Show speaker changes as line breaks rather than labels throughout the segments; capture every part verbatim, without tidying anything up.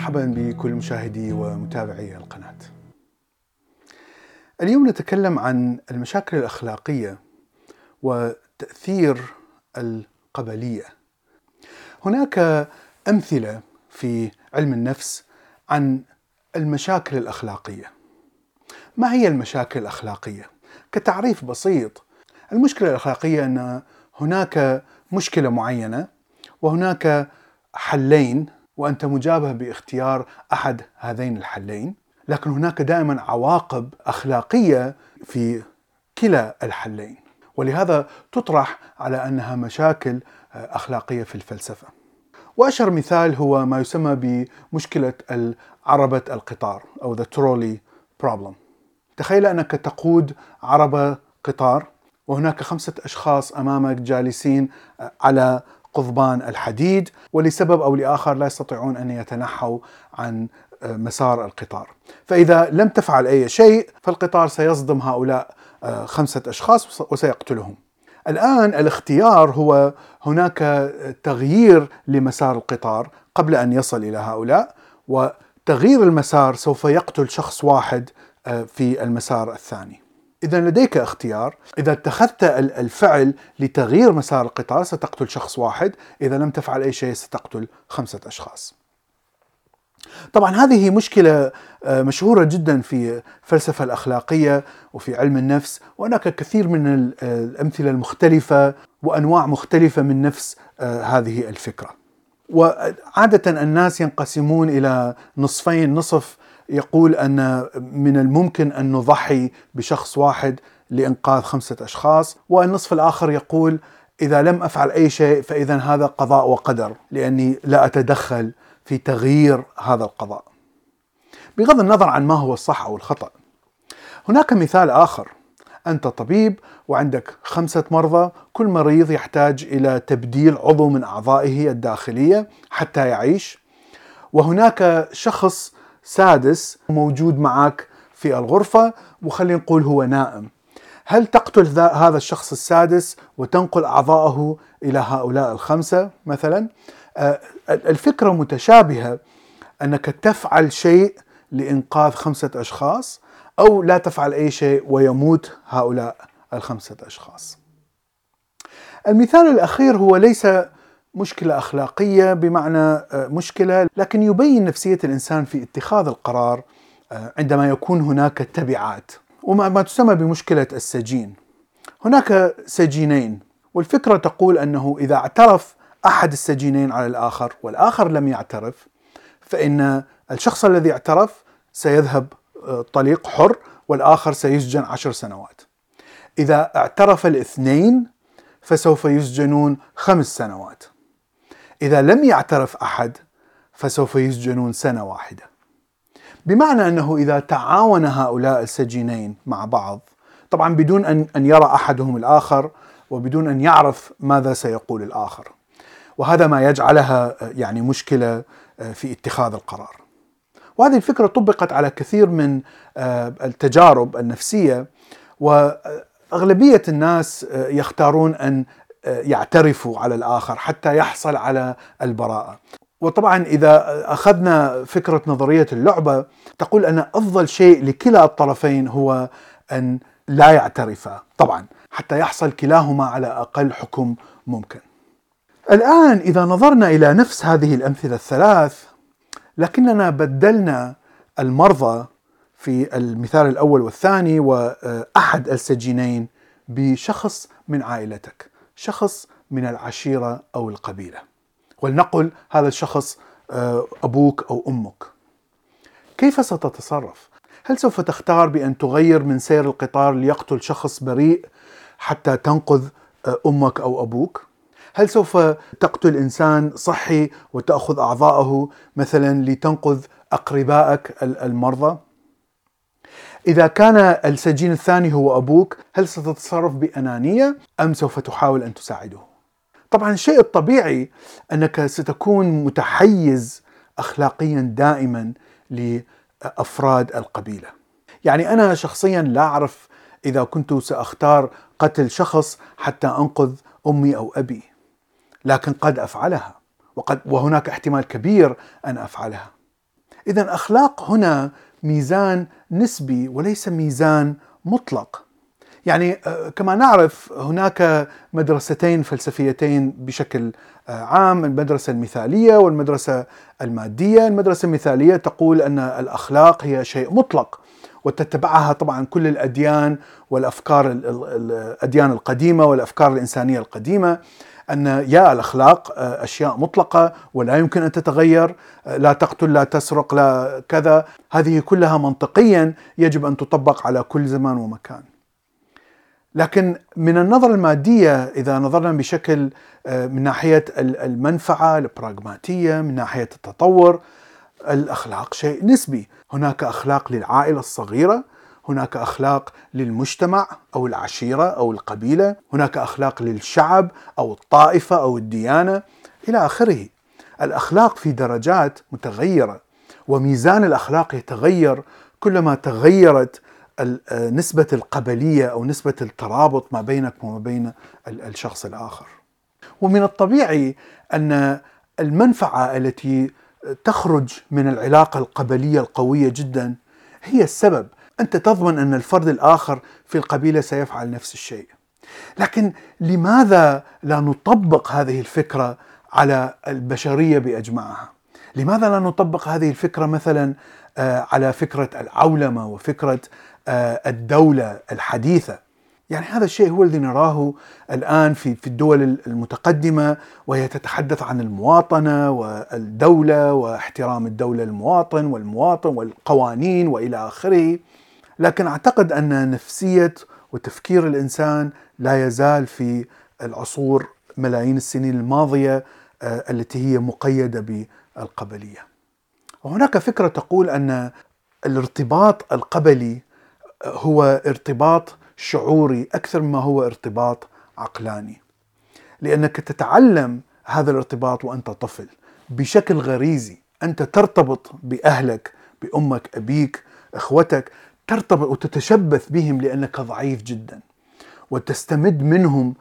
مرحبا بكل مشاهدي ومتابعي القناة. اليوم نتكلم عن المشاكل الأخلاقية وتأثير القبلية. هناك أمثلة في علم النفس عن المشاكل الأخلاقية. ما هي المشاكل الأخلاقية؟ كتعريف بسيط، المشكلة الأخلاقية أن هناك مشكلة معينة وهناك حلين وأنت مجابه باختيار أحد هذين الحلين، لكن هناك دائما عواقب أخلاقية في كلا الحلين، ولهذا تطرح على أنها مشاكل أخلاقية في الفلسفة. وأشهر مثال هو ما يسمى بمشكلة عربة القطار أو the trolley problem. تخيل أنك تقود عربة قطار وهناك خمسة أشخاص أمامك جالسين على قضبان الحديد، ولسبب أو لآخر لا يستطيعون أن يتنحوا عن مسار القطار. فإذا لم تفعل أي شيء فالقطار سيصدم هؤلاء خمسة أشخاص وسيقتلهم. الآن الاختيار هو هناك تغيير لمسار القطار قبل أن يصل إلى هؤلاء، وتغيير المسار سوف يقتل شخص واحد في المسار الثاني. إذا لديك اختيار، إذا اتخذت الفعل لتغيير مسار القطار ستقتل شخص واحد، إذا لم تفعل أي شيء ستقتل خمسة أشخاص. طبعا هذه مشكلة مشهورة جدا في الفلسفة الأخلاقية وفي علم النفس، وهناك كثير من الأمثلة المختلفة وأنواع مختلفة من نفس هذه الفكرة. وعادة الناس ينقسمون إلى نصفين، نصف يقول أن من الممكن أن نضحي بشخص واحد لإنقاذ خمسة أشخاص، والنصف الآخر يقول إذا لم أفعل أي شيء فإذا هذا قضاء وقدر، لأني لا أتدخل في تغيير هذا القضاء، بغض النظر عن ما هو الصح أو الخطأ. هناك مثال آخر، أنت طبيب وعندك خمسة مرضى، كل مريض يحتاج إلى تبديل عضو من أعضائه الداخلية حتى يعيش، وهناك شخص سادس موجود معك في الغرفة وخلينا نقول هو نائم. هل تقتل هذا الشخص السادس وتنقل أعضاءه إلى هؤلاء الخمسة مثلا؟ الفكرة متشابهة، أنك تفعل شيء لإنقاذ خمسة أشخاص أو لا تفعل أي شيء ويموت هؤلاء الخمسة أشخاص. المثال الأخير هو ليس مشكلة أخلاقية بمعنى مشكلة، لكن يبين نفسية الإنسان في اتخاذ القرار عندما يكون هناك تبعات، وما تسمى بمشكلة السجين. هناك سجينين، والفكرة تقول أنه إذا اعترف أحد السجينين على الآخر والآخر لم يعترف، فإن الشخص الذي اعترف سيذهب طليق حر والآخر سيسجن عشر سنوات. إذا اعترف الاثنين فسوف يسجنون خمس سنوات. إذا لم يعترف أحد فسوف يسجنون سنة واحدة. بمعنى أنه إذا تعاون هؤلاء السجينين مع بعض، طبعا بدون أن أن يرى أحدهم الآخر وبدون أن يعرف ماذا سيقول الآخر، وهذا ما يجعلها يعني مشكلة في اتخاذ القرار. وهذه الفكرة طبقت على كثير من التجارب النفسية، وأغلبية الناس يختارون أن يعترفوا على الآخر حتى يحصل على البراءة. وطبعا إذا أخذنا فكرة نظرية اللعبة تقول أن أفضل شيء لكلا الطرفين هو أن لا يعترفا، طبعا حتى يحصل كلاهما على أقل حكم ممكن. الآن إذا نظرنا إلى نفس هذه الأمثلة الثلاث، لكننا بدلنا المرضى في المثال الأول والثاني وأحد السجينين بشخص من عائلتك، شخص من العشيرة أو القبيلة، ولنقل هذا الشخص أبوك أو أمك. كيف ستتصرف؟ هل سوف تختار بأن تغير من سير القطار ليقتل شخص بريء حتى تنقذ أمك أو أبوك؟ هل سوف تقتل إنسان صحي وتأخذ أعضاءه مثلا لتنقذ أقربائك المرضى؟ إذا كان السجين الثاني هو أبوك، هل ستتصرف بأنانية أم سوف تحاول أن تساعده؟ طبعا الشيء الطبيعي أنك ستكون متحيز أخلاقيا دائما لأفراد القبيلة. يعني أنا شخصيا لا أعرف إذا كنت سأختار قتل شخص حتى أنقذ أمي أو أبي، لكن قد أفعلها، وقد وهناك احتمال كبير أن أفعلها. إذن أخلاق هنا ميزان نسبي وليس ميزان مطلق. يعني كما نعرف هناك مدرستين فلسفيتين بشكل عام، المدرسة المثالية والمدرسة المادية. المدرسة المثالية تقول أن الأخلاق هي شيء مطلق، وتتبعها طبعا كل الأديان والأفكار الأديان القديمة والأفكار الإنسانية القديمة، أن يا الأخلاق أشياء مطلقة ولا يمكن أن تتغير، لا تقتل، لا تسرق، لا كذا. هذه كلها منطقيا يجب أن تطبق على كل زمان ومكان. لكن من النظرة المادية إذا نظرنا بشكل من ناحية المنفعة البراغماتية، من ناحية التطور، الأخلاق شيء نسبي. هناك أخلاق للعائلة الصغيرة، هناك أخلاق للمجتمع أو العشيرة أو القبيلة، هناك أخلاق للشعب أو الطائفة أو الديانة إلى آخره. الأخلاق في درجات متغيرة، وميزان الأخلاق يتغير كلما تغيرت نسبة القبلية أو نسبة الترابط ما بينك وما بين الشخص الآخر. ومن الطبيعي أن المنفعة التي تخرج من العلاقة القبلية القوية جدا هي السبب. أنت تضمن أن الفرد الآخر في القبيلة سيفعل نفس الشيء، لكن لماذا لا نطبق هذه الفكرة على البشرية بأجمعها؟ لماذا لا نطبق هذه الفكرة مثلا على فكرة العولمة وفكرة الدولة الحديثة؟ يعني هذا الشيء هو الذي نراه الآن في في الدول المتقدمة، وهي تتحدث عن المواطنة والدولة واحترام الدولة للمواطن والمواطن والقوانين وإلى آخره. لكن أعتقد أن نفسية وتفكير الإنسان لا يزال في العصور ملايين السنين الماضية التي هي مقيدة بالقبلية. وهناك فكرة تقول أن الارتباط القبلي هو ارتباط شعوري أكثر مما هو ارتباط عقلاني، لأنك تتعلم هذا الارتباط وأنت طفل بشكل غريزي. أنت ترتبط بأهلك، بأمك، أبيك، إخوتك، ترتبط وتتشبث بهم لأنك ضعيف جدا، وتستمد منهم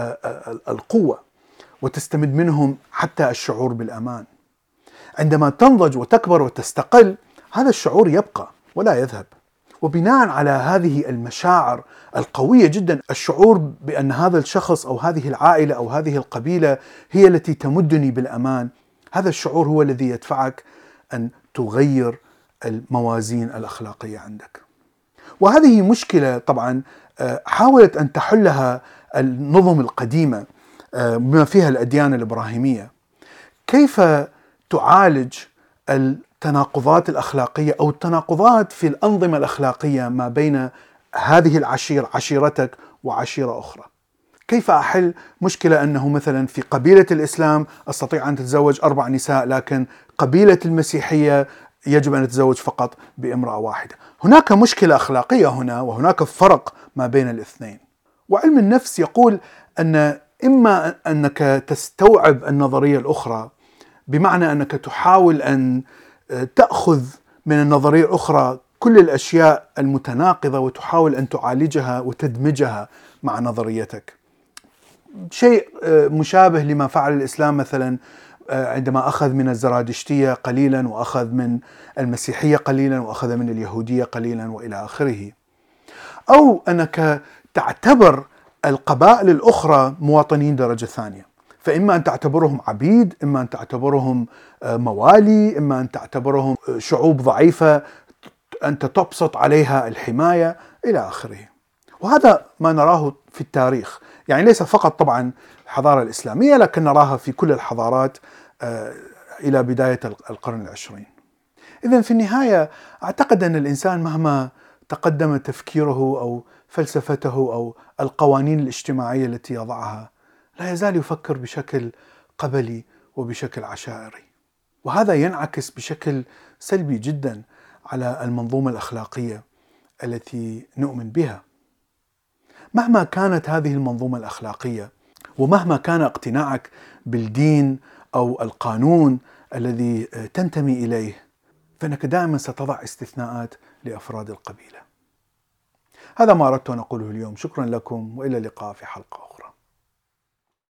القوة وتستمد منهم حتى الشعور بالأمان. عندما تنضج وتكبر وتستقل هذا الشعور يبقى ولا يذهب. وبناء على هذه المشاعر القوية جدا، الشعور بأن هذا الشخص أو هذه العائلة أو هذه القبيلة هي التي تمدني بالأمان، هذا الشعور هو الذي يدفعك أن تغير الموازين الأخلاقية عندك. وهذه مشكلة طبعا حاولت أن تحلها النظم القديمة بما فيها الأديان الإبراهيمية. كيف تعالج التناقضات الأخلاقية أو التناقضات في الأنظمة الأخلاقية ما بين هذه العشيرة عشيرتك وعشيرة أخرى؟ كيف أحل مشكلة أنه مثلا في قبيلة الإسلام أستطيع أن تتزوج أربع نساء، لكن قبيلة المسيحية يجب أن تتزوج فقط بامرأة واحدة؟ هناك مشكلة أخلاقية هنا، وهناك فرق ما بين الاثنين. وعلم النفس يقول أن إما أنك تستوعب النظرية الأخرى، بمعنى أنك تحاول أن تأخذ من النظرية الأخرى كل الأشياء المتناقضة وتحاول أن تعالجها وتدمجها مع نظريتك. شيء مشابه لما فعل الإسلام مثلا عندما أخذ من الزرادشتية قليلا، وأخذ من المسيحية قليلا، وأخذ من اليهودية قليلا وإلى آخره. أو أنك تعتبر القبائل الأخرى مواطنين درجة ثانية، فإما أن تعتبرهم عبيد، إما أن تعتبرهم موالي، إما أن تعتبرهم شعوب ضعيفة أنت تبسط عليها الحماية إلى آخره. وهذا ما نراه في التاريخ، يعني ليس فقط طبعا الحضارة الإسلامية، لكن نراها في كل الحضارات إلى بداية القرن العشرين. إذن في النهاية أعتقد أن الإنسان مهما تقدم تفكيره أو فلسفته أو القوانين الاجتماعية التي يضعها، لا يزال يفكر بشكل قبلي وبشكل عشائري. وهذا ينعكس بشكل سلبي جدا على المنظومة الأخلاقية التي نؤمن بها. مهما كانت هذه المنظومة الأخلاقية، ومهما كان اقتناعك بالدين أو القانون الذي تنتمي إليه، فإنك دائما ستضع استثناءات لأفراد القبيلة. هذا ما أردت أن أقوله اليوم. شكرا لكم، وإلى اللقاء في حلقة أخرى.